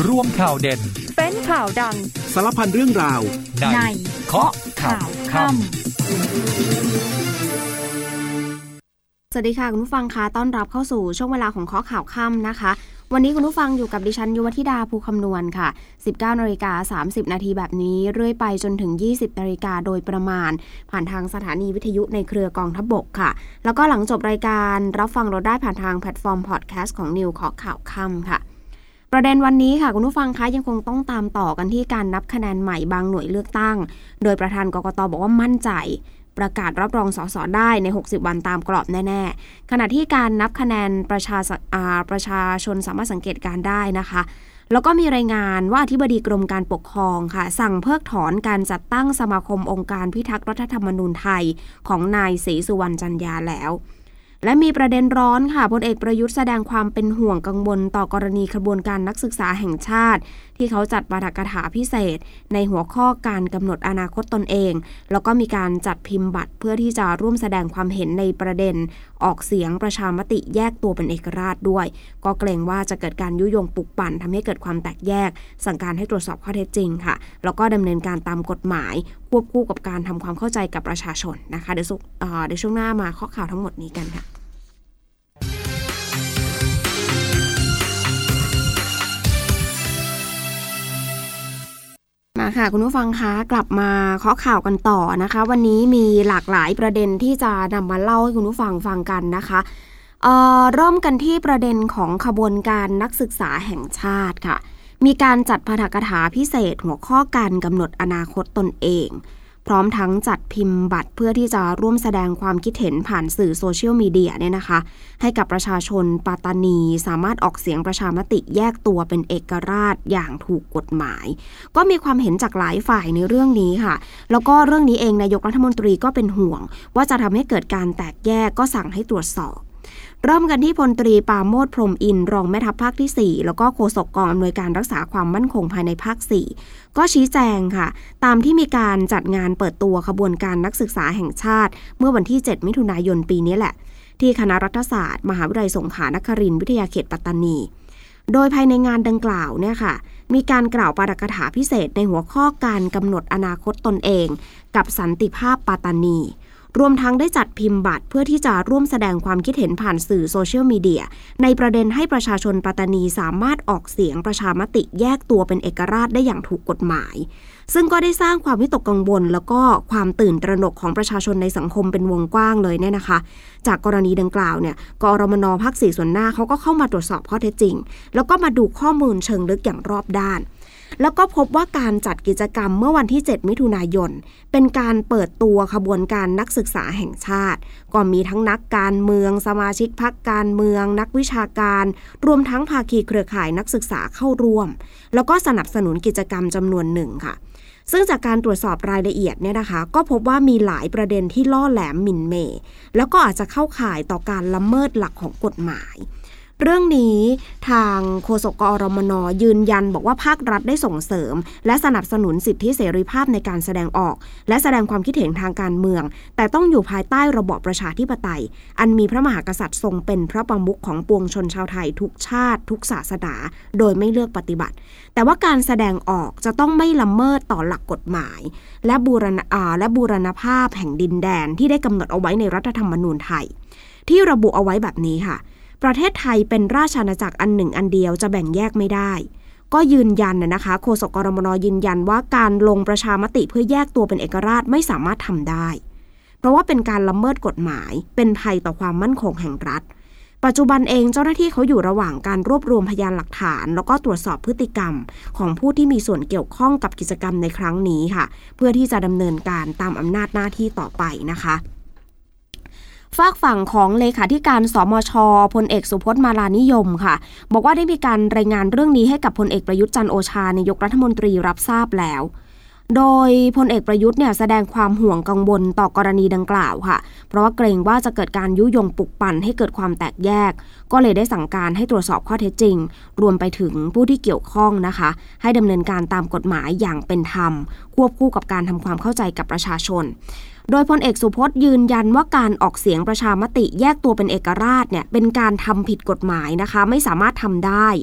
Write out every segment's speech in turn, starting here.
รวมข่าวเด่นเป็นข่าวดังสารพันเรื่องราวในเคาะข่าวค่ำสวัสดีค่ะคุณผู้ฟังคะต้อนรับเข้าสู่ช่วงเวลาของเคาะข่าวค่ำนะคะวันนี้คุณผู้ฟังอยู่กับดิฉันยุวธิดาภูคำนวณค่ะ 19:30 นาทีแบบนี้เรื่อยไปจนถึง 20 นาฬิกาโดยประมาณผ่านทางสถานีวิทยุในเครือกองทัพบกค่ะแล้วก็หลังจบรายการรับฟังเราได้ผ่านทางแพลตฟอร์มพอดแคสต์ของนิวเคาะข่าวค่ำค่ะประเด็นวันนี้ค่ะคุณผู้ฟังคะยังคงต้องตามต่อกันที่การนับคะแนนใหม่บางหน่วยเลือกตั้งโดยประธานกกต.บอกว่ามั่นใจประกาศรับรองสสได้ใน60วันตามกรอบแน่ๆขณะที่การนับคะแนนประชาชนสามารถสังเกตการได้นะคะแล้วก็มีรายงานว่าอธิบดีกรมการปกครองค่ะสั่งเพิกถอนการจัดตั้งสมาคมองค์การพิทักษ์รัฐธรรมนูญไทยของนายศรีสุวรรณจันยาแล้วและมีประเด็นร้อนค่ะพลเอกประยุทธ์แสดงความเป็นห่วงกังวลต่อกรณีขบวนการนักศึกษาแห่งชาติที่เขาจัดปาฐกถาพิเศษในหัวข้อการกำหนดอนาคตตนเองแล้วก็มีการจัดพิมพ์บัตรเพื่อที่จะร่วมแสดงความเห็นในประเด็นออกเสียงประชามติแยกตัวเป็นเอกราชด้วยก็เกรงว่าจะเกิดการยุยงปลุกปั่นทำให้เกิดความแตกแยกสั่งการให้ตรวจสอบข้อเท็จจริงค่ะแล้วก็ดำเนินการตามกฎหมายควบคู่กับการทำความเข้าใจกับประชาชนนะคะเดี๋ยวช่วงหน้ามาข้อข่าวทั้งหมดนี้กันค่ะมาค่ะคุณผู้ฟังคะกลับมาเคาะข่าวกันต่อนะคะวันนี้มีหลากหลายประเด็นที่จะนำมาเล่าให้คุณผู้ฟังฟังกันนะคะเริ่มกันที่ประเด็นของขบวนการนักศึกษาแห่งชาติค่ะมีการจัดปาฐกถาพิเศษหัวข้อการกำหนดอนาคตตนเองพร้อมทั้งจัดพิมพ์บัตรเพื่อที่จะร่วมแสดงความคิดเห็นผ่านสื่อโซเชียลมีเดียเนี่ยนะคะให้กับประชาชนปัตตานีสามารถออกเสียงประชามติแยกตัวเป็นเอกราชอย่างถูกกฎหมายก็มีความเห็นจากหลายฝ่ายในเรื่องนี้ค่ะแล้วก็เรื่องนี้เองนายกรัฐมนตรีก็เป็นห่วงว่าจะทำให้เกิดการแตกแยกก็สั่งให้ตรวจสอบเริ่มกันที่พลตรีปราโมช พรหมอินทร์รองแม่ทัพภาคที่4แล้วก็โฆษกกองอำนวยการรักษาความมั่นคงภายในภาค4ก็ชี้แจงค่ะตามที่มีการจัดงานเปิดตัวขบวนการนักศึกษาแห่งชาติเมื่อวันที่7มิถุนายนปีนี้แหละที่คณะรัฐศาสตร์มหาวิทยาลัยสงขลานครินทร์วิทยาเขตปัตตานีโดยภายในงานดังกล่าวเนี่ยค่ะมีการกล่าวปาฐกถาพิเศษในหัวข้อการกำหนดอนาคตตนเองกับสันติภาพปัตตานีรวมทั้งได้จัดพิมพ์บัตรเพื่อที่จะร่วมแสดงความคิดเห็นผ่านสื่อโซเชียลมีเดียในประเด็นให้ประชาชนปัตตานีสามารถออกเสียงประชามติแยกตัวเป็นเอกราชได้อย่างถูกกฎหมายซึ่งก็ได้สร้างความวิตกกังวลแล้วก็ความตื่นตระหนกของประชาชนในสังคมเป็นวงกว้างเลยเนี่ยนะคะจากกรณีดังกล่าวเนี่ยกอรมน.ภาค4ส่วนหน้าเขาก็เข้ามาตรวจสอบข้อเท็จจริงแล้วก็มาดูข้อมูลเชิงลึกอย่างรอบด้านแล้วก็พบว่าการจัดกิจกรรมเมื่อวันที่7มิถุนายนเป็นการเปิดตัวขบวนการนักศึกษาแห่งชาติก็มีทั้งนักการเมืองสมาชิกพรรคการเมืองนักวิชาการรวมทั้งภาคีเครือข่ายนักศึกษาเข้าร่วมแล้วก็สนับสนุนกิจกรรมจำนวนหนึ่งค่ะซึ่งจากการตรวจสอบรายละเอียดเนี่ยนะคะก็พบว่ามีหลายประเด็นที่ล่อแหลมหมิ่นเหม่แล้วก็อาจจะเข้าข่ายต่อการละเมิดหลักของกฎหมายเรื่องนี้ทางโฆษกกอรมน.ยืนยันบอกว่าภาครัฐได้ส่งเสริมและสนับสนุนสิทธิเสรีภาพในการแสดงออกและแสดงความคิดเห็นทางการเมืองแต่ต้องอยู่ภายใต้ระบอบประชาธิปไตยอันมีพระมหากษัตริย์ทรงเป็นพระประมุขของปวงชนชาวไทยทุกชาติทุกศาสนาโดยไม่เลือกปฏิบัติแต่ว่าการแสดงออกจะต้องไม่ละเมิดต่อหลักกฎหมายและบูรณภาพแห่งดินแดนที่ได้กำหนดเอาไว้ในรัฐธรรมนูญไทยที่ระบุเอาไว้แบบนี้ค่ะประเทศไทยเป็นราชอาณาจักรอันหนึ่งอันเดียวจะแบ่งแยกไม่ได้ก็ยืนยันนะคะโฆษกกรมน.ยืนยันว่าการลงประชามติเพื่อแยกตัวเป็นเอกราชไม่สามารถทำได้เพราะว่าเป็นการละเมิดกฎหมายเป็นภัยต่อความมั่นคงแห่งรัฐปัจจุบันเองเจ้าหน้าที่เขาอยู่ระหว่างการรวบรวมพยานหลักฐานแล้วก็ตรวจสอบพฤติกรรมของผู้ที่มีส่วนเกี่ยวข้องกับกิจกรรมในครั้งนี้ค่ะเพื่อที่จะดำเนินการตามอำนาจหน้าที่ต่อไปนะคะฝากฝั่งของเลขาธิการสมช.พลเอกสุพจน์มาลานิยมค่ะบอกว่าได้มีการรายงานเรื่องนี้ให้กับพลเอกประยุทธ์จันทร์โอชานายกรัฐมนตรีรับทราบแล้วโดยพลเอกประยุทธ์เนี่ยแสดงความห่วงกังวลต่อกรณีดังกล่าวค่ะเพราะว่าเกรงว่าจะเกิดการยุยงปลุกปั่นให้เกิดความแตกแยกก็เลยได้สั่งการให้ตรวจสอบข้อเท็จจริงรวมไปถึงผู้ที่เกี่ยวข้องนะคะให้ดำเนินการตามกฎหมายอย่างเป็นธรรมควบคู่กับการทำความเข้าใจกับประชาชนโดยพลเอกสุพจน์ยืนยันว่าการออกเสียงประชามติแยกตัวเป็นเอกราชเนี่ยเป็นการทำผิดกฎหมายนะคะไม่สามารถทำได้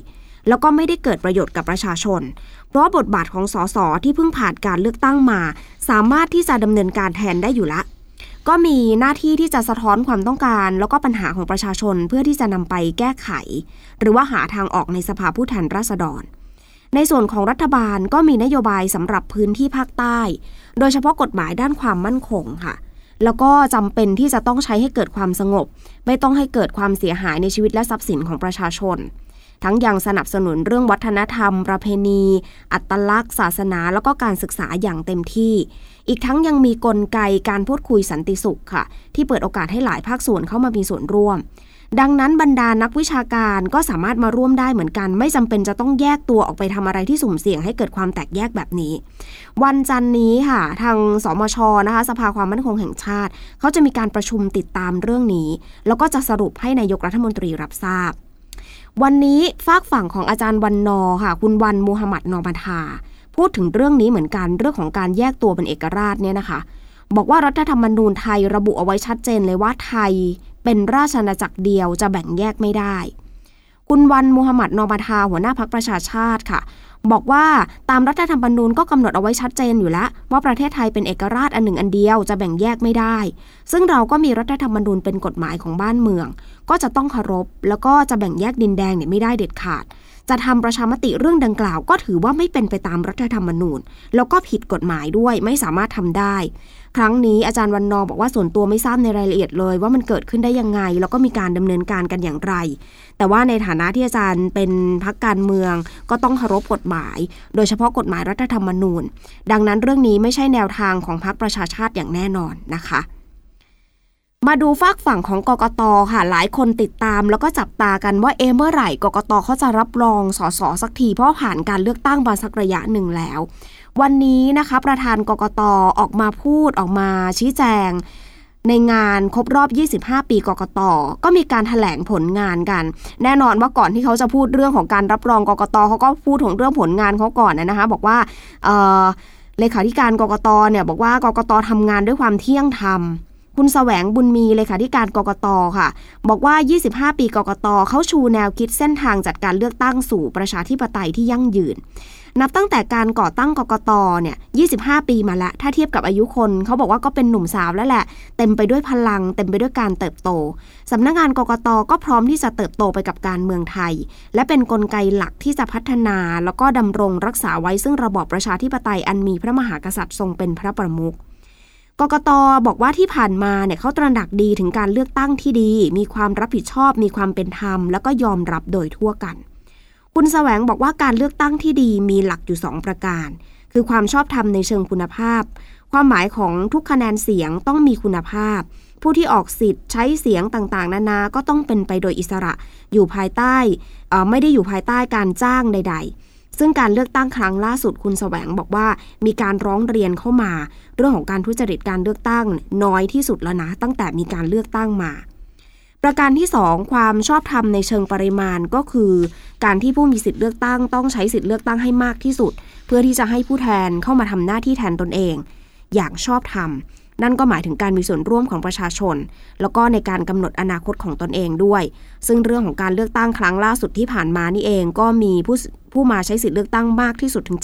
แล้วก็ไม่ได้เกิดประโยชน์กับประชาชนเพราะบทบาทของสสที่เพิ่งผ่านการเลือกตั้งมาสามารถที่จะดำเนินการแทนได้อยู่ละก็มีหน้าที่ที่จะสะท้อนความต้องการแล้วก็ปัญหาของประชาชนเพื่อที่จะนำไปแก้ไขหรือว่าหาทางออกในสภาผู้แทนราษฎรในส่วนของรัฐบาลก็มีนโยบายสำหรับพื้นที่ภาคใต้โดยเฉพาะกฎหมายด้านความมั่นคงค่ะแล้วก็จำเป็นที่จะต้องใช้ให้เกิดความสงบไม่ต้องให้เกิดความเสียหายในชีวิตและทรัพย์สินของประชาชนทั้งยังสนับสนุนเรื่องวัฒนธรรมประเพณีอัตลักษณ์ศาสนาแล้วก็การศึกษาอย่างเต็มที่อีกทั้งยังมีกลไกการพูดคุยสันติสุขค่ะที่เปิดโอกาสให้หลายภาคส่วนเข้ามามีส่วนร่วมดังนั้นบรรดานักวิชาการก็สามารถมาร่วมได้เหมือนกันไม่จำเป็นจะต้องแยกตัวออกไปทำอะไรที่สุ่มเสี่ยงให้เกิดความแตกแยกแบบนี้วันจันทร์นี้ค่ะทางสมช.นะคะสภาความมั่นคงแห่งชาติเขาจะมีการประชุมติดตามเรื่องนี้แล้วก็จะสรุปให้นายกรัฐมนตรีรับทราบวันนี้ฝากฝั่งของอาจารย์วันนอค่ะคุณวันมูฮัมหมัดนอมาทาพูดถึงเรื่องนี้เหมือนกันเรื่องของการแยกตัวเป็นเอกราชเนี่ยนะคะบอกว่ารัฐธรรมนูญไทยระบุเอาไว้ชัดเจนเลยว่าไทยเป็นราชอาณาจักรเดียวจะแบ่งแยกไม่ได้คุณวันมูฮัมหมัดนอมาทาหัวหน้าพรรคประชาชาติค่ะบอกว่าตามรัฐธรรมนูญก็กำหนดเอาไว้ชัดเจนอยู่แล้วว่าประเทศไทยเป็นเอกราชอันหนึ่งอันเดียวจะแบ่งแยกไม่ได้ซึ่งเราก็มีรัฐธรรมนูญเป็นกฎหมายของบ้านเมืองก็จะต้องเคารพแล้วก็จะแบ่งแยกดินแดงเนี่ยไม่ได้เด็ดขาดจะทำประชามติเรื่องดังกล่าวก็ถือว่าไม่เป็นไปตามรัฐธรรมนูญแล้วก็ผิดกฎหมายด้วยไม่สามารถทำได้ครั้งนี้อาจารย์วันนอบอกว่าส่วนตัวไม่ทราบในรายละเอียดเลยว่ามันเกิดขึ้นได้ยังไงแล้วก็มีการดำเนินการกันอย่างไรแต่ว่าในฐานะที่อาจารย์เป็นพรรคการเมืองก็ต้องเคารพกฎหมายโดยเฉพาะกฎหมายรัฐธรรมนูญดังนั้นเรื่องนี้ไม่ใช่แนวทางของพรรคประชาชาติอย่างแน่นอนนะคะมาดูฝากฝั่งของกกต.ค่ะหลายคนติดตามแล้วก็จับตากันว่าเมื่อไหร่กกต.เขาจะรับรองสสสักทีเพราะผ่านการเลือกตั้งมาสักระยะหนึ่งแล้ววันนี้นะคะประธานกกต.ออกมาพูดออกมาชี้แจงในงานครบรอบ25ปีกกต.ก็มีการแถลงผลงานกันแน่นอนว่าก่อนที่เขาจะพูดเรื่องของการรับรองกกต.เขาก็พูดถึงเรื่องผลงานเขาก่อนนะคะบอกว่าเลขาธิการกกต.เนี่ยบอกว่ากกต.ทำงานด้วยความเที่ยงธรรมคุณแสวงบุญมีเลขาธิการกกต.ค่ะบอกว่า25ปีกกต.เขาชูแนวคิดเส้นทางจัดการเลือกตั้งสู่ประชาธิปไตยที่ยั่งยืนนับตั้งแต่การก่อตั้งกกต.เนี่ย25ปีมาแล้วถ้าเทียบกับอายุคนเขาบอกว่าก็เป็นหนุ่มสาวแล้วแหละเต็มไปด้วยพลังเต็มไปด้วยการเติบโตสำนักงานกกต.ก็พร้อมที่จะเติบโตไปกับการเมืองไทยและเป็นกลไกหลักที่จะพัฒนาแล้วก็ดำรงรักษาไว้ซึ่งระบอบประชาธิปไตยอันมีพระมหากษัตริย์ทรงเป็นพระประมุขกกต.บอกว่าที่ผ่านมาเนี่ยเขาตระหนักดีถึงการเลือกตั้งที่ดีมีความรับผิดชอบมีความเป็นธรรมแล้วก็ยอมรับโดยทั่วกันคุณแสวงบอกว่าการเลือกตั้งที่ดีมีหลักอยู่2ประการคือความชอบธรรมในเชิงคุณภาพความหมายของทุกคะแนนเสียงต้องมีคุณภาพผู้ที่ออกสิทธิ์ใช้เสียงต่างๆนานาก็ต้องเป็นไปโดยอิสระอยู่ภายใต้ไม่ได้อยู่ภายใต้การจ้างใดๆซึ่งการเลือกตั้งครั้งล่าสุดคุณแสวงบอกว่ามีการร้องเรียนเข้ามาเรื่องของการทุจริตการเลือกตั้งน้อยที่สุดแล้วนะตั้งแต่มีการเลือกตั้งมาประการที่2ความชอบธรรมในเชิงปริมาณก็คือการที่ผู้มีสิทธิเลือกตั้งต้องใช้สิทธิเลือกตั้งให้มากที่สุดเพื่อที่จะให้ผู้แทนเข้ามาทำหน้าที่แทนตนเองอย่างชอบธรรมนั่นก็หมายถึงการมีส่วนร่วมของประชาชนแล้วก็ในการกำหนดอนาคตของตนเองด้วยซึ่งเรื่องของการเลือกตั้งครั้งล่าสุดที่ผ่านมานี่เองก็มีผู้มาใช้สิทธิเลือกตั้งมากที่สุดถึง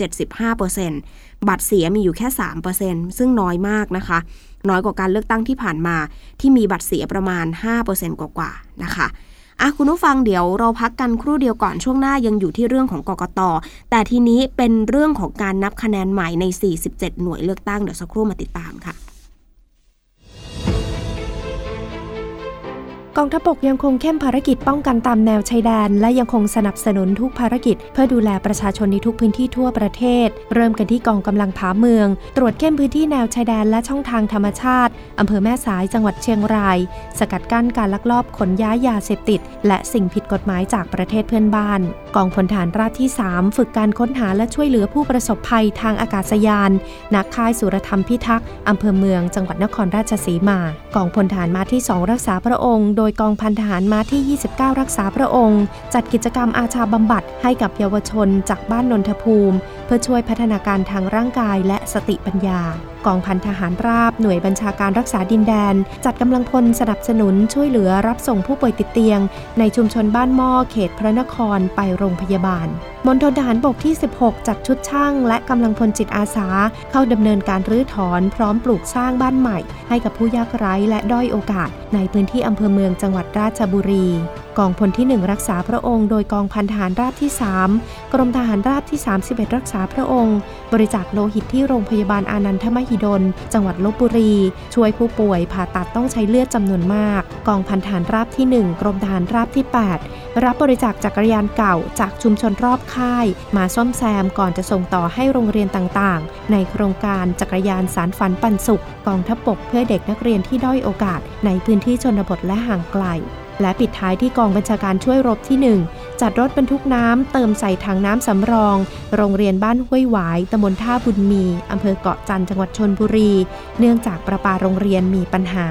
75% บัตรเสียมีอยู่แค่ 3% ซึ่งน้อยมากนะคะน้อยกว่าการเลือกตั้งที่ผ่านมาที่มีบัตรเสียประมาณ 5% กว่าๆนะคะคุณผู้ฟังเดี๋ยวเราพักกันครู่เดียวก่อนช่วงหน้ายังอยู่ที่เรื่องของกกต.แต่ทีนี้เป็นเรื่องของการนับคะแนนใหม่ใน47หน่วยเลือกตั้งเดี๋ยวสักครู่มาติดตามค่ะกองทัพบกยังคงเข้มภารกิจป้องกันตามแนวชายแดนและยังคงสนับสนุนทุกภารกิจเพื่อดูแลประชาชนในทุกพื้นที่ทั่วประเทศเริ่มกันที่กองกำลังผาเมืองตรวจเข้มพื้นที่แนวชายแดนและช่องทางธรรมชาติอำเภอแม่สายจังหวัดเชียงรายสกัดกั้นการลักลอบขนย้ายยาเสพติดและสิ่งผิดกฎหมายจากประเทศเพื่อนบ้านกองพลฐานราบที่3ฝึกการค้นหาและช่วยเหลือผู้ประสบภัยทางอากาศยานณค่ายสุรธรรมพิทักษ์อำเภอเมืองจังหวัดนครราชสีมากองพลฐานมาที่2รักษาพระองค์โดยกองพันทหารมาที่29รักษาพระองค์จัดกิจกรรมอาชาบำบัดให้กับเยาวชนจากบ้านนนทภูมิพื่อช่วยพัฒนาการทางร่างกายและสติปัญญากองพันทหารราบหน่วยบัญชาการรักษาดินแดนจัดกำลังพลสนับสนุนช่วยเหลือรับส่งผู้ป่วยติดเตียงในชุมชนบ้านหม้อเขตพระนครไปโรงพยาบาลมณฑลทหารบกที่ 16 จัดชุดช่างและกำลังพลจิตอาสาเข้าดำเนินการรื้อถอนพร้อมปลูกสร้างบ้านใหม่ให้กับผู้ยากไร้และด้อยโอกาสในพื้นที่อำเภอเมืองจังหวัดราชบุรีกองพลที่ 1 รักษาพระองค์โดยกองพันทหารราบที่ 3 กรมทหารราบที่ 31 รักษาพระองค์บริจาคโลหิตที่โรงพยาบาลอานันทมหิดลจังหวัดลพบุรีช่วยผู้ป่วยผ่าตัดต้องใช้เลือดจำนวนมากกองพันทหารราบที่ 1 กรมทหารราบที่ 8 รับบริจาคจักรยานเก่าจากชุมชนรอบค่ายมาซ่อมแซมก่อนจะส่งต่อให้โรงเรียนต่างๆในโครงการจักรยานสารฝันปันสุขกองทัพบกเพื่อเด็กนักเรียนที่ด้อยโอกาสในพื้นที่ชนบทและห่างไกลและปิดท้ายที่กองบัญชาการช่วยรบที่ 1 จัดรถบรรทุกน้ำเติมใส่ถังน้ำสำรองโรงเรียนบ้านห้วยหวายตำบลท่าบุญมีอำเภอเกาะจันทร์จังหวัดชลบุรีเนื่องจากประปาโรงเรียนมีปัญหา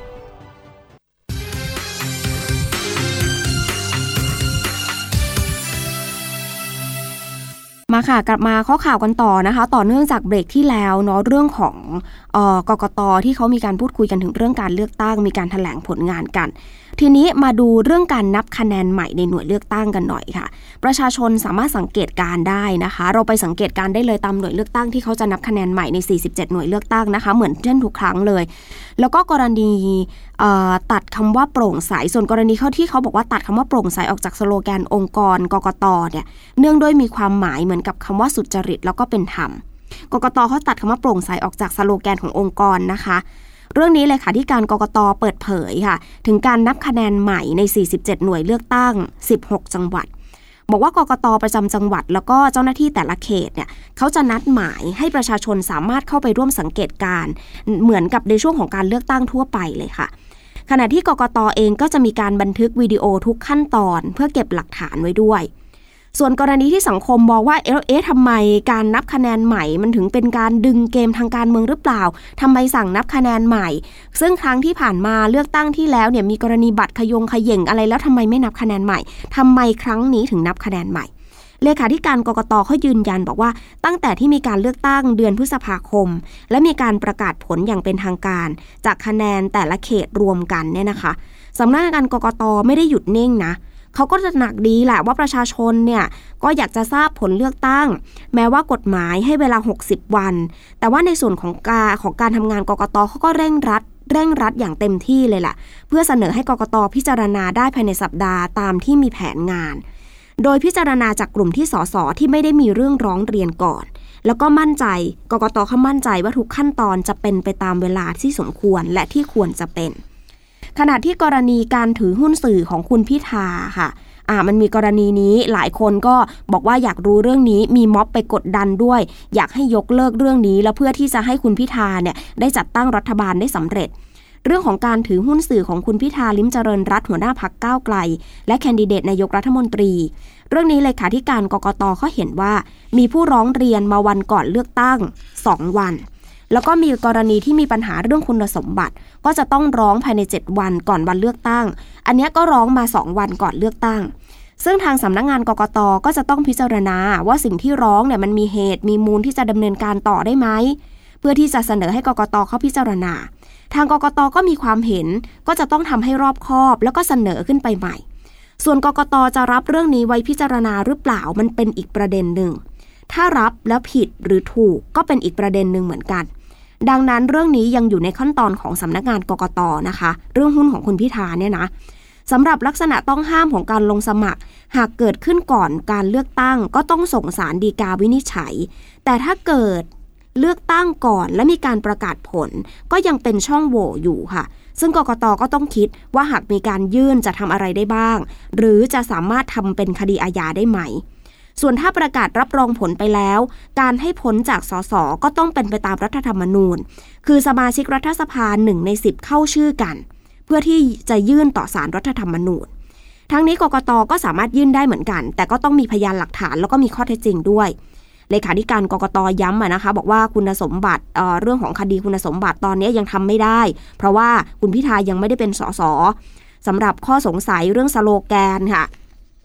มาค่ะกลับมาข้อข่าวกันต่อนะคะต่อเนื่องจากเบรกที่แล้วเนาะเรื่องของกกต.ที่เขามีการพูดคุยกันถึงเรื่องการเลือกตั้งมีการแถลงผลงานกันทีนี้มาดูเรื่องการนับคะแนนใหม่ในหน่วยเลือกตั้งกันหน่อยค่ะประชาชนสามารถสังเกตการได้นะคะเราไปสังเกตการได้เลยตามหน่วยเลือกตั้งที่เขาจะนับคะแนนใหม่ใน47หน่วยเลือกตั้งนะคะเหมือนเช่นทุกครั้งเลยแล้วก็กรณีตัดคำว่าโปร่งใสส่วนกรณีที่เขาบอกว่าตัดคำว่าโปร่งใสออกจากสโลแกนองค์กรกกต.เนี่ยเนื่องด้วยมีความหมายเหมือนกับคำว่าสุจริตแล้วก็เป็นธรรมกกต.เขาตัดคำว่าโปร่งใสออกจากสโลแกนขององค์กรนะคะเรื่องนี้เลยค่ะที่การกกต.เปิดเผยค่ะถึงการนับคะแนนใหม่ใน47หน่วยเลือกตั้ง16จังหวัดบอกว่ากกต.ประจำจังหวัดแล้วก็เจ้าหน้าที่แต่ละเขตเนี่ยเขาจะนัดหมายให้ประชาชนสามารถเข้าไปร่วมสังเกตการณ์เหมือนกับในช่วงของการเลือกตั้งทั่วไปเลยค่ะขณะที่กกต.เองก็จะมีการบันทึกวิดีโอทุกขั้นตอนเพื่อเก็บหลักฐานไว้ด้วยส่วนกรณีที่สังคมมองว่าทำไมการนับคะแนนใหม่มันถึงเป็นการดึงเกมทางการเมืองหรือเปล่าทำไมสั่งนับคะแนนใหม่ซึ่งครั้งที่ผ่านมาเลือกตั้งที่แล้วเนี่ยมีกรณีบัตรขย่งอะไรแล้วทำไมไม่นับคะแนนใหม่ทำไมครั้งนี้ถึงนับคะแนนใหม่เลขาธิการกกต.เขายืนยันบอกว่าตั้งแต่ที่มีการเลือกตั้งเดือนพฤษภาคมและมีการประกาศผลอย่างเป็นทางการจากคะแนนแต่ละเขตรวมกันเนี่ยนะคะสำนักงานกกต.ไม่ได้หยุดนิ่งนะเขาก็จะหนักดีแหละว่าประชาชนเนี่ยก็อยากจะทราบผลเลือกตั้งแม้ว่ากฎหมายให้เวลา60วันแต่ว่าในส่วนของการทำงานกกต.เขาก็เร่งรัดอย่างเต็มที่เลยแหละเพื่อเสนอให้กกต.พิจารณาได้ภายในสัปดาห์ตามที่มีแผนงานโดยพิจารณาจากกลุ่มที่สสที่ไม่ได้มีเรื่องร้องเรียนก่อนแล้วก็มั่นใจกกต.เขามั่นใจว่าทุกขั้นตอนจะเป็นไปตามเวลาที่สมควรและที่ควรจะเป็นขณะที่กรณีการถือหุ้นสื่อของคุณพิธาค่ะมันมีกรณีนี้หลายคนก็บอกว่าอยากรู้เรื่องนี้มีม็อบไปกดดันด้วยอยากให้ยกเลิกเรื่องนี้แล้วเพื่อที่จะให้คุณพิธาเนี่ยได้จัดตั้งรัฐบาลได้สำเร็จเรื่องของการถือหุ้นสื่อของคุณพิธาลิ้มเจริญรัตน์หัวหน้าพรรคก้าวไกลและแคนดิเดตนายกรัฐมนตรีเรื่องนี้เลขาธิการกกต.เขาเห็นว่ามีผู้ร้องเรียนมาวันก่อนเลือกตั้ง2วันแล้วก็มีกรณีที่มีปัญหาเรื่องคุณสมบัติก็จะต้องร้องภายใน7วันก่อนวันเลือกตั้งอันนี้ก็ร้องมา2วันก่อนเลือกตั้งซึ่งทางสำนักงานกกต.ก็จะต้องพิจารณาว่าสิ่งที่ร้องเนี่ยมันมีเหตุมีมูลที่จะดำเนินการต่อได้ไหมเพื่อที่จะเสนอให้กกต.เขาพิจารณาทางกกต.ก็มีความเห็นก็จะต้องทำให้รอบคอบแล้วก็เสนอขึ้นไปใหม่ส่วนกกต.จะรับเรื่องนี้ไว้พิจารณาหรือเปล่ามันเป็นอีกประเด็นหนึ่งถ้ารับแล้วผิดหรือถูกก็เป็นอีกประเด็นหนึ่งเหมือนกันดังนั้นเรื่องนี้ยังอยู่ในขั้นตอนของสำนักงานกกต.นะคะเรื่องหุ้นของคุณพิธาเนี่ยนะสำหรับลักษณะต้องห้ามของการลงสมัครหากเกิดขึ้นก่อนการเลือกตั้งก็ต้องส่งศาลฎีกาวินิจฉัยแต่ถ้าเกิดเลือกตั้งก่อนและมีการประกาศผลก็ยังเป็นช่องโหว่อยู่ค่ะซึ่งกกต.ก็ต้องคิดว่าหากมีการยื่นจะทำอะไรได้บ้างหรือจะสามารถทำเป็นคดีอาญาได้ไหมส่วนถ้าประกาศรับรองผลไปแล้วการให้พ้นจากสสก็ต้องเป็นไปตามรัฐธรรมนูญคือสมาชิกรัฐสภา1 ใน 10เข้าชื่อกันเพื่อที่จะยื่นต่อศาลรัฐธรรมนูญทั้งนี้กกต.ก็สามารถยื่นได้เหมือนกันแต่ก็ต้องมีพยานหลักฐานแล้วก็มีข้อเท็จจริงด้วยเลขาธิการกกต.ย้ำนะคะบอกว่าคุณสมบัติเรื่องของคดีคุณสมบัติตอนนี้ยังทำไม่ได้เพราะว่าคุณพิธายังไม่ได้เป็นสสสำหรับข้อสงสัยเรื่องสโลแกนค่ะ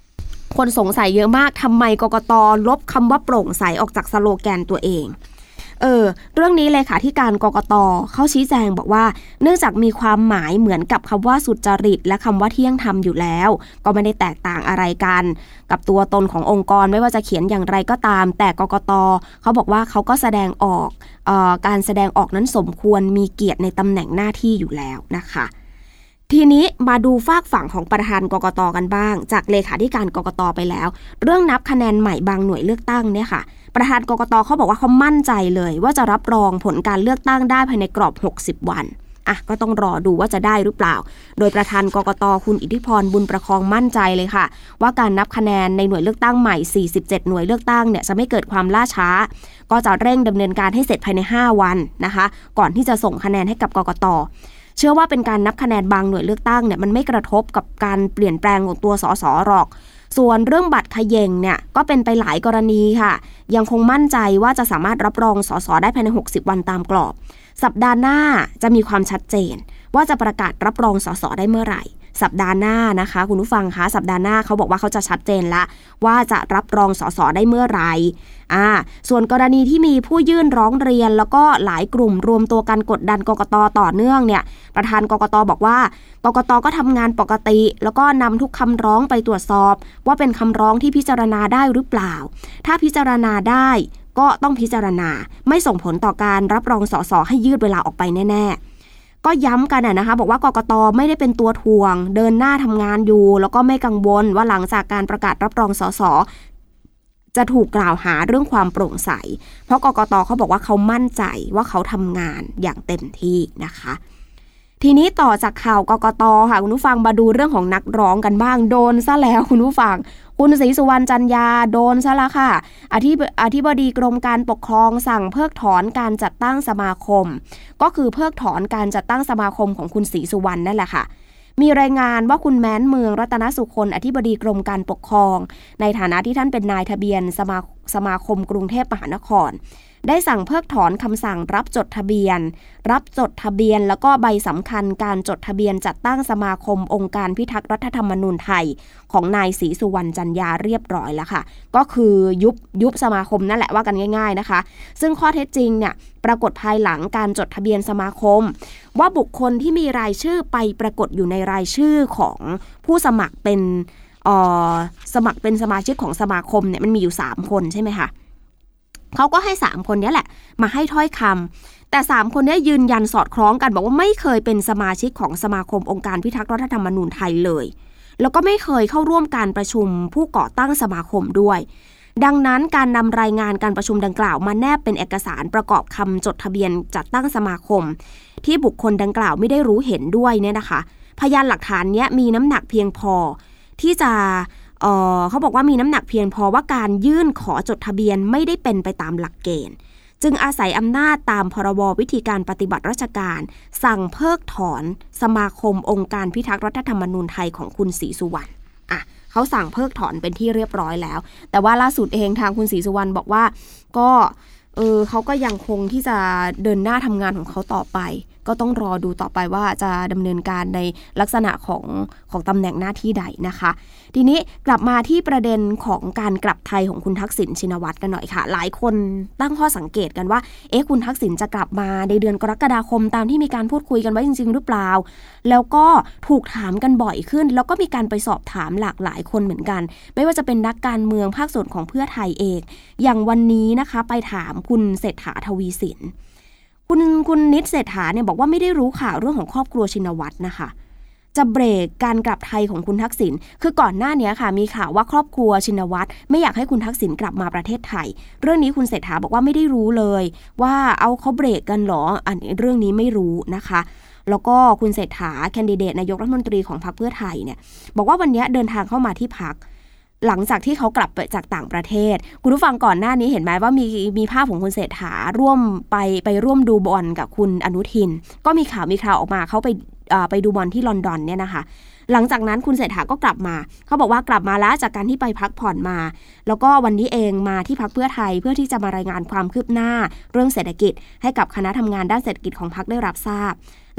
คนสงสัยเยอะมากทำไมกกต.ลบคำว่าโปร่งใสออกจากสโลแกนตัวเองเรื่องนี้เลยค่ะที่การกกต.เขาชี้แจงบอกว่าเนื่องจากมีความหมายเหมือนกับคำว่าสุจริตและคำว่าเที่ยงธรรมอยู่แล้วก็ไม่ได้แตกต่างอะไรกันกับตัวตนขององค์กรไม่ว่าจะเขียนอย่างไรก็ตามแต่กกต.เขาบอกว่าเขาก็แสดงออกการแสดงออกนั้นสมควรมีเกียรติในตำแหน่งหน้าที่อยู่แล้วนะคะทีนี้มาดูฝากฝั่งของประธานกกต.กันบ้างจากเลขาธิการกกต.ไปแล้วเรื่องนับคะแนนใหม่บางหน่วยเลือกตั้งเนี่ยค่ะประธานกกต.เขาบอกว่าเขามั่นใจเลยว่าจะรับรองผลการเลือกตั้งได้ภายในกรอบ60วันก็ต้องรอดูว่าจะได้หรือเปล่าโดยประธานกกต.คุณอิทธิพรบุญประคองมั่นใจเลยค่ะว่าการนับคะแนนในหน่วยเลือกตั้งใหม่47หน่วยเลือกตั้งเนี่ยจะไม่เกิดความล่าช้าก็จะเร่งดำเนินการให้เสร็จภายใน5วันนะคะก่อนที่จะส่งคะแนนให้กับกกต.เชื่อว่าเป็นการนับคะแนนบางหน่วยเลือกตั้งเนี่ยมันไม่กระทบกับการเปลี่ยนแปลงของตัวสสหรอกส่วนเรื่องบัตรเขย่งเนี่ยก็เป็นไปหลายกรณีค่ะยังคงมั่นใจว่าจะสามารถรับรองสสได้ภายใน60วันตามกรอบสัปดาห์หน้าจะมีความชัดเจนว่าจะประกาศรับรองสสได้เมื่อไหร่สัปดาห์หน้านะคะคุณผู้ฟังคะสัปดาห์หน้าเขาบอกว่าเขาจะชัดเจนละว่าจะรับรองสสได้เมื่อไหร่ส่วนกรณีที่มีผู้ยื่นร้องเรียนแล้วก็หลายกลุ่มรวมตัวกันกดดันกกต.ต่อเนื่องเนี่ยประธานกกต.บอกว่ากกต.ก็ทำงานปกติแล้วก็นำทุกคำร้องไปตรวจสอบว่าเป็นคำร้องที่พิจารณาได้หรือเปล่าถ้าพิจารณาได้ก็ต้องพิจารณาไม่ส่งผลต่อการรับรองสสให้ยืดเวลาออกไปแน่ๆก็ย้ำกันนะคะบอกว่ากกต.ไม่ได้เป็นตัวทวงเดินหน้าทำงานอยู่แล้วก็ไม่กังวลว่าหลังจากการประกาศรับรองสสจะถูกกล่าวหาเรื่องความโปร่งใสเพราะกกต.เขาบอกว่าเขามั่นใจว่าเขาทำงานอย่างเต็มที่นะคะทีนี้ต่อจากข่าวกกต.ค่ะคุณผู้ฟังมาดูเรื่องของนักร้องกันบ้างโดนซะแล้วคุณผู้ฟังคุณศรีสุวรรณจันยาโดนซะละค่ะอธิบดีกรมการปกครองสั่งเพิกถอนการจัดตั้งสมาคมก็คือเพิกถอนการจัดตั้งสมาคมของคุณศรีสุวรรณนั่นแหละค่ะมีรายงานว่าคุณแม้นเมืองรัตนสุคนอธิบดีกรมการปกครองในฐานะที่ท่านเป็นนายทะเบียนสมาคมกรุงเทพมหานครได้สั่งเพิกถอนคำสั่งรับจดทะเบียนแล้วก็ใบสำคัญการจดทะเบียนจัดตั้งสมาคมองค์การพิทักษ์รัฐธรรมนูญไทยของนายศรีสุวรรณจันยาเรียบร้อยแล้วค่ะก็คือยุบสมาคมนั่นแหละว่ากันง่ายๆนะคะซึ่งข้อเท็จจริงเนี่ยปรากฏภายหลังการจดทะเบียนสมาคมว่าบุคคลที่มีรายชื่อไปปรากฏอยู่ในรายชื่อของผู้สมัครเป็นสมาชิกของสมาคมเนี่ยมันมีอยู่3คนใช่ไหมคะเขาก็ให้3คนนี้แหละมาให้ถ้อยคำแต่3คนนี้ยืนยันสอดคล้องกันบอกว่าไม่เคยเป็นสมาชิกของสมาคมองค์การพิทักษ์รัฐธรรมนูญไทยเลยแล้วก็ไม่เคยเข้าร่วมการประชุมผู้ก่อตั้งสมาคมด้วยดังนั้นการนำรายงานการประชุมดังกล่าวมาแนบเป็นเอกสารประกอบคำจดทะเบียนจัดตั้งสมาคมที่บุคคลดังกล่าวไม่ได้รู้เห็นด้วยเนี่ยนะคะพยานหลักฐานนี้มีน้ำหนักเพียงพอที่จะเขาบอกว่ามีน้ำหนักเพียงพอว่าการยื่นขอจดทะเบียนไม่ได้เป็นไปตามหลักเกณฑ์จึงอาศัยอำนาจตามพรบวิธีการปฏิบัติราชการสั่งเพิกถอนสมาคมองค์การพิทักษ์รัฐธรรมนูญไทยของคุณศรีสุวรรณเขาสั่งเพิกถอนเป็นที่เรียบร้อยแล้วแต่ว่าล่าสุดเองทางคุณศรีสุวรรณบอกว่าก็เขาก็ยังคงที่จะเดินหน้าทำงานของเขาต่อไปก็ต้องรอดูต่อไปว่าจะดำเนินการในลักษณะของตำแหน่งหน้าที่ใดนะคะทีนี้กลับมาที่ประเด็นของการกลับไทยของคุณทักษิณชินวัตรกันหน่อยค่ะหลายคนตั้งข้อสังเกตกันว่าคุณทักษิณจะกลับมาในเดือนกรกฎาคมตามที่มีการพูดคุยกันไว้จริงๆหรือเปล่าแล้วก็ถูกถามกันบ่อยขึ้นแล้วก็มีการไปสอบถามหลากหลายคนเหมือนกันไม่ว่าจะเป็นนักการเมืองภาคส่วนของเพื่อไทยเองอย่างวันนี้นะคะไปถามคุณเศรษฐาทวีสินคุณนิดเศรษฐาเนี่ยบอกว่าไม่ได้รู้ข่าวเรื่องของครอบครัวชินวัตรนะคะจะเบรกการกลับไทยของคุณทักษิณคือก่อนหน้านี้ค่ะมีข่าวว่าครอบครัวชินวัตรไม่อยากให้คุณทักษิณกลับมาประเทศไทยเรื่องนี้คุณเศรษฐาบอกว่าไม่ได้รู้เลยว่าเอาเขาเบรกกันหรอเรื่องนี้ไม่รู้นะคะแล้วก็คุณเศรษฐาแคนดิเดตนายกรัฐมนตรีของพรรคเพื่อไทยเนี่ยบอกว่าวันนี้เดินทางเข้ามาที่พรรคหลังจากที่เขากลับไปจากต่างประเทศคุณผู้ฟังก่อนหน้านี้เห็นไหมว่ามีภาพของคุณเศรษฐาร่วมไปร่วมดูบอลกับคุณอนุทินก็มีข่าวออกมาเขาไปดูบอลที่ลอนดอนเนี่ยนะคะหลังจากนั้นคุณเศรษฐาก็กลับมาเขาบอกว่ากลับมาแล้วจากการที่ไปพักผ่อนมาแล้วก็วันนี้เองมาที่พรรคเพื่อไทยเพื่อที่จะมารายงานความคืบหน้าเรื่องเศรษฐกิจให้กับคณะทำงานด้านเศรษฐกิจของพรรคได้รับทราบ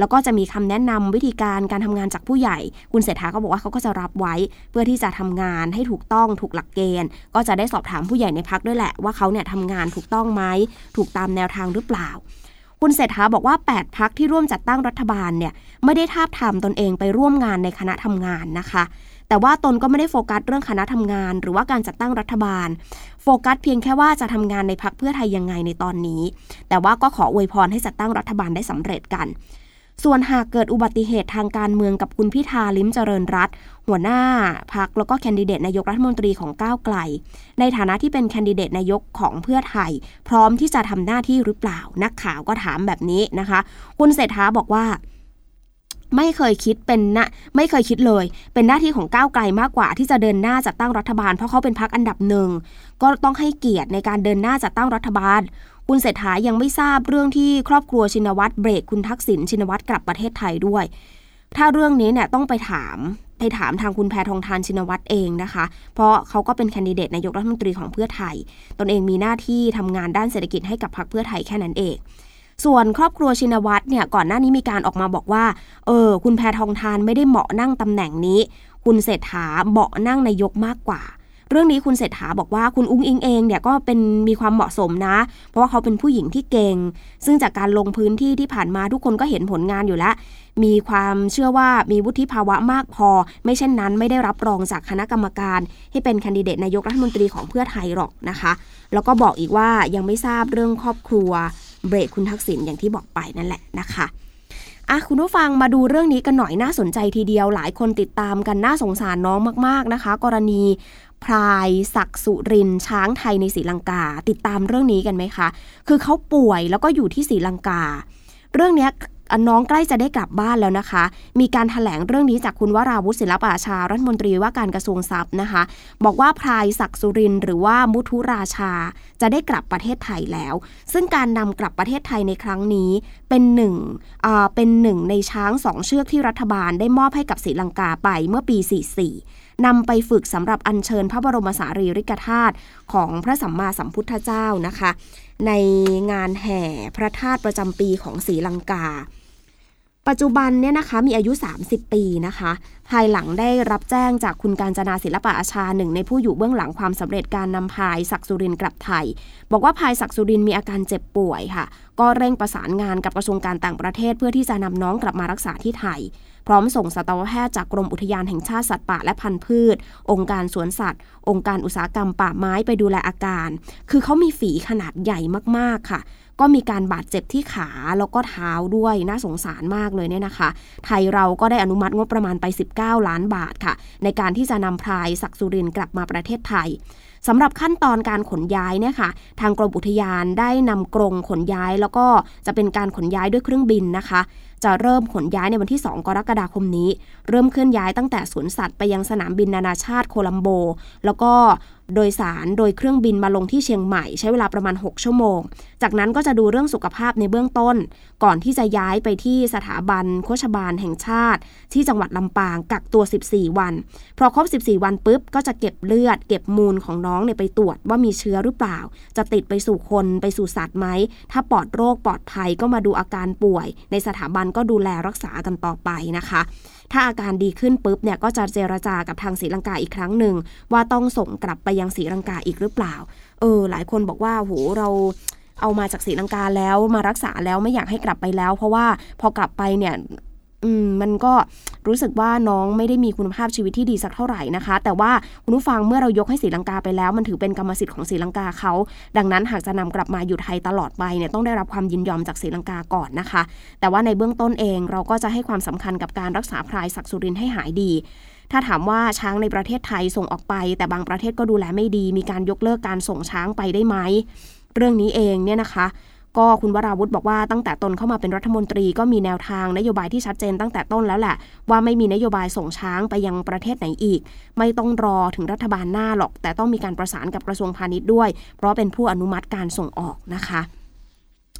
แล้วก็จะมีคำแนะนำวิธีการทำงานจากผู้ใหญ่คุณเศรษฐาก็บอกว่าเขาก็จะรับไว้เพื่อที่จะทำงานให้ถูกต้องถูกหลักเกณฑ์ก็จะได้สอบถามผู้ใหญ่ในพรรคด้วยแหละว่าเขาเนี่ยทำงานถูกต้องไหมถูกตามแนวทางหรือเปล่าคุณเศรษฐาบอกว่า8 พรรคที่ร่วมจัดตั้งรัฐบาลเนี่ยไม่ได้ทาบทามตนเองไปร่วมงานในคณะทำงานนะคะแต่ว่าตนก็ไม่ได้โฟกัสเรื่องคณะทำงานหรือว่าการจัดตั้งรัฐบาลโฟกัสเพียงแค่ว่าจะทำงานในพรรคเพื่อไทยยังไงในตอนนี้แต่ว่าก็ขออวยพรให้จัดตั้งรัฐบาลได้สำเร็จกันส่วนหากเกิดอุบัติเหตุทางการเมืองกับคุณพิธาลิ้มเจริญรัตน์หัวหน้าพรรคแล้วก็แคนดิเดตนายกรัฐมนตรีของก้าวไกลในฐานะที่เป็นแคนดิเดตนายกของเพื่อไทยพร้อมที่จะทำหน้าที่หรือเปล่านักข่าวก็ถามแบบนี้นะคะคุณเศรษฐาบอกว่าไม่เคยคิดเลยเป็นหน้าที่ของก้าวไกลมากกว่าที่จะเดินหน้าจัดตั้งรัฐบาลเพราะเขาเป็นพรรคอันดับหนึ่งก็ต้องให้เกียรติในการเดินหน้าจัดตั้งรัฐบาลคุณเศรษฐายังไม่ทราบเรื่องที่ครอบครัวชินวัตรเบรกคุณทักษิณชินวัตรกลับประเทศไทยด้วยถ้าเรื่องนี้เนี่ยต้องไปถามทางคุณแพทองธารชินวัตรเองนะคะเพราะเขาก็เป็นแคนดิเดตนายกรัฐมนตรีของเพื่อไทยตนเองมีหน้าที่ทำงานด้านเศรษฐกิจให้กับพรรคเพื่อไทยแค่นั้นเองส่วนครอบครัวชินวัตรเนี่ยก่อนหน้านี้มีการออกมาบอกว่าคุณแพทองธารไม่ได้เหมาะนั่งตำแหน่งนี้คุณเศรษฐาเหมาะนั่งนายกมากกว่าเรื่องนี้คุณเศรษฐาบอกว่าคุณอุ๊งอิงเองเนี่ยก็มีความเหมาะสมนะเพราะว่าเขาเป็นผู้หญิงที่เก่งซึ่งจากการลงพื้นที่ที่ผ่านมาทุกคนก็เห็นผลงานอยู่แล้วมีความเชื่อว่ามีวุฒิภาวะมากพอไม่เช่นนั้นไม่ได้รับรองจากคณะกรรมการให้เป็นแคนดิเดตนายกรัฐมนตรีของเพื่อไทยหรอกนะคะแล้วก็บอกอีกว่ายังไม่ทราบเรื่องครอบครัวเบรกคุณทักษิณอย่างที่บอกไปนั่นแหละนะคะคุณผู้ฟังมาดูเรื่องนี้กันหน่อยน่าสนใจทีเดียวหลายคนติดตามกันน่าสงสารน้องมากๆนะคะกรณีพลายศักดิ์สุรินทร์ช้างไทยในศรีลังกาติดตามเรื่องนี้กันไหมคะคือเขาป่วยแล้วก็อยู่ที่ศรีลังกาเรื่องนี้น้องใกล้จะได้กลับบ้านแล้วนะคะมีการแถลงเรื่องนี้จากคุณวราวุฒิศิลปอาชารัฐมนตรีว่าการกระทรวงทรัพย์นะคะบอกว่าพลายศักดิ์สุรินทร์หรือว่ามุทุราชาจะได้กลับประเทศไทยแล้วซึ่งการนำกลับประเทศไทยในครั้งนี้เป็นหนึ่งในช้าง2เชือกที่รัฐบาลได้มอบให้กับศรีลังกาไปเมื่อปี44นำไปฝึกสำหรับอัญเชิญพระบรมสารีริกธาตุของพระสัมมาสัมพุทธเจ้านะคะในงานแห่พระธาตุประจำปีของศรีลังกาปัจจุบันเนี่ยนะคะมีอายุ30 ปีนะคะภายหลังได้รับแจ้งจากคุณกาญจนาศิลปอาชาหนึ่งในผู้อยู่เบื้องหลังความสำเร็จการนำพลายศักดิ์สุรินทร์กลับไทยบอกว่าพลายศักดิ์สุรินทร์มีอาการเจ็บป่วยค่ะก็เร่งประสานงานกับกระทรวงการต่างประเทศเพื่อที่จะนำน้องกลับมารักษาที่ไทยพร้อมส่งสัตวแพทย์จากกรมอุทยานแห่งชาติสัตว์ป่าและพันธุ์พืชองค์การสวนสัตว์องค์การอุตสาหกรรมป่าไม้ไปดูแลอาการคือเขามีฝีขนาดใหญ่มากๆค่ะก็มีการบาดเจ็บที่ขาแล้วก็เท้าด้วยน่าสงสารมากเลยเนี่ยนะคะไทยเราก็ได้อนุมัติงบประมาณไป19 ล้านบาทค่ะในการที่จะนำพลายศักดิ์สุรินทร์กลับมาประเทศไทยสำหรับขั้นตอนการขนย้ายเนี่ยค่ะทางกรมอุทยานได้นำกรงขนย้ายแล้วก็จะเป็นการขนย้ายด้วยเครื่องบินนะคะจะเริ่มขนย้ายในวันที่2 กรกฎาคมนี้เริ่มเคลื่อนย้ายตั้งแต่สวนสัตว์ไปยังสนามบินนานาชาติโคลัมโบแล้วก็โดยสารโดยเครื่องบินมาลงที่เชียงใหม่ใช้เวลาประมาณ6 ชั่วโมงจากนั้นก็จะดูเรื่องสุขภาพในเบื้องต้นก่อนที่จะย้ายไปที่สถาบันโฆษบาลแห่งชาติที่จังหวัดลำปางกักตัว14 วันพอครบ14 วันปุ๊บก็จะเก็บเลือดเก็บมูลของน้องเนี่ยไปตรวจว่ามีเชื้อหรือเปล่าจะติดไปสู่คนไปสู่สัตว์ไหมถ้าปลอดโรคปลอดภัยก็มาดูอาการป่วยในสถาบันก็ดูแลรักษากันต่อไปนะคะถ้าอาการดีขึ้นปุ๊บเนี่ยก็จะเจรจากับทางศรีลังกาอีกครั้งหนึ่งว่าต้องส่งกลับไปยังศรีลังกาอีกหรือเปล่าหลายคนบอกว่าโหเราเอามาจากศรีลังกาแล้วมารักษาแล้วไม่อยากให้กลับไปแล้วเพราะว่าพอกลับไปเนี่ยมันก็รู้สึกว่าน้องไม่ได้มีคุณภาพชีวิตที่ดีสักเท่าไหร่นะคะแต่ว่าคุณผู้ฟังเมื่อเรายกให้ศรีลังกาไปแล้วมันถือเป็นกรรมสิทธิ์ของศรีลังกาเขาดังนั้นหากจะนำกลับมาอยู่ไทยตลอดไปเนี่ยต้องได้รับความยินยอมจากศรีลังกาก่อนนะคะแต่ว่าในเบื้องต้นเองเราก็จะให้ความสำคัญกับการรักษาพลายศักดิ์สุรินทร์ให้หายดีถ้าถามว่าช้างในประเทศไทยส่งออกไปแต่บางประเทศก็ดูแลไม่ดีมีการยกเลิกการส่งช้างไปได้ไหมเรื่องนี้เองเนี่ยนะคะก็คุณวราวุฒิบอกว่าตั้งแต่ตนเข้ามาเป็นรัฐมนตรีก็มีแนวทางนโยบายที่ชัดเจนตั้งแต่ต้นแล้วแหละว่าไม่มีนโยบายส่งช้างไปยังประเทศไหนอีกไม่ต้องรอถึงรัฐบาลหน้าหรอกแต่ต้องมีการประสานกับกระทรวงพาณิชย์ด้วยเพราะเป็นผู้อนุมัติการส่งออกนะคะ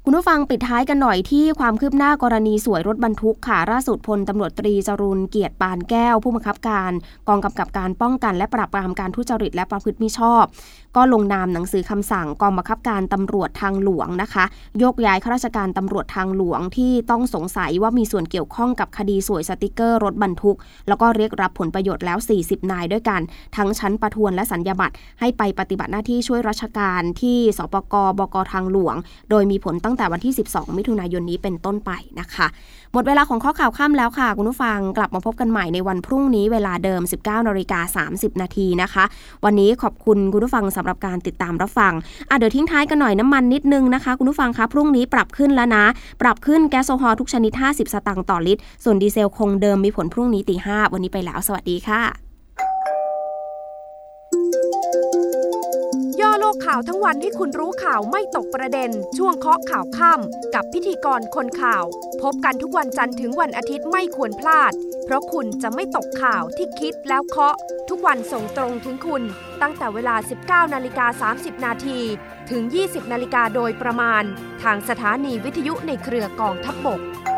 คุณผู้ฟังปิดท้ายกันหน่อยที่ความคืบหน้ากรณีสวยรถบรรทุกค่ะล่าสุดพลตำรวจตรีจรูญเกียรติปานแก้วผู้บังคับการกองกำกับการป้องกันและปราบปรามการทุจริตและประพฤติมิชอบก็ลงนามหนังสือคำสั่งกองบังคับการตำรวจทางหลวงนะคะยกย้ายข้าราชการตำรวจทางหลวงที่ต้องสงสัยว่ามีส่วนเกี่ยวข้องกับคดีสวยสติกเกอร์รถบรรทุกแล้วก็เรียกรับผลประโยชน์แล้ว40นายด้วยกันทั้งชั้นประทวนและสัญญาบัตรให้ไปปฏิบัติหน้าที่ช่วยราชการที่สปก.บก.ทางหลวงโดยมีผลตั้งแต่วันที่12มิถุนายนนี้เป็นต้นไปนะคะหมดเวลาของข้อข่าวค่ำแล้วค่ะคุณผู้ฟังกลับมาพบกันใหม่ในวันพรุ่งนี้เวลาเดิม 19:30 น.นะคะวันนี้ขอบคุณคุณผู้ฟังสำหรับการติดตามรับฟังเดี๋ยวทิ้งท้ายกันหน่อยน้ำมันนิดนึงนะคะคุณผู้ฟังคะพรุ่งนี้ปรับขึ้นแล้วนะปรับขึ้นแก๊สโซฮอล์ทุกชนิด50 สตางค์ต่อลิตรส่วนดีเซลคงเดิมมีผลพรุ่งนี้ 5:00 วันนี้ไปแล้วสวัสดีค่ะย่อโลกข่าวทั้งวันให้คุณรู้ข่าวไม่ตกประเด็นช่วงเคาะข่าวค่ำกับพิธีกรคนข่าวพบกันทุกวันจันทร์ถึงวันอาทิตย์ไม่ควรพลาดเพราะคุณจะไม่ตกข่าวที่คิดแล้วเคาะทุกวันส่งตรงถึงคุณตั้งแต่เวลา 19:30 น.ถึง 20:00 น.โดยประมาณทางสถานีวิทยุในเครือกองทัพบก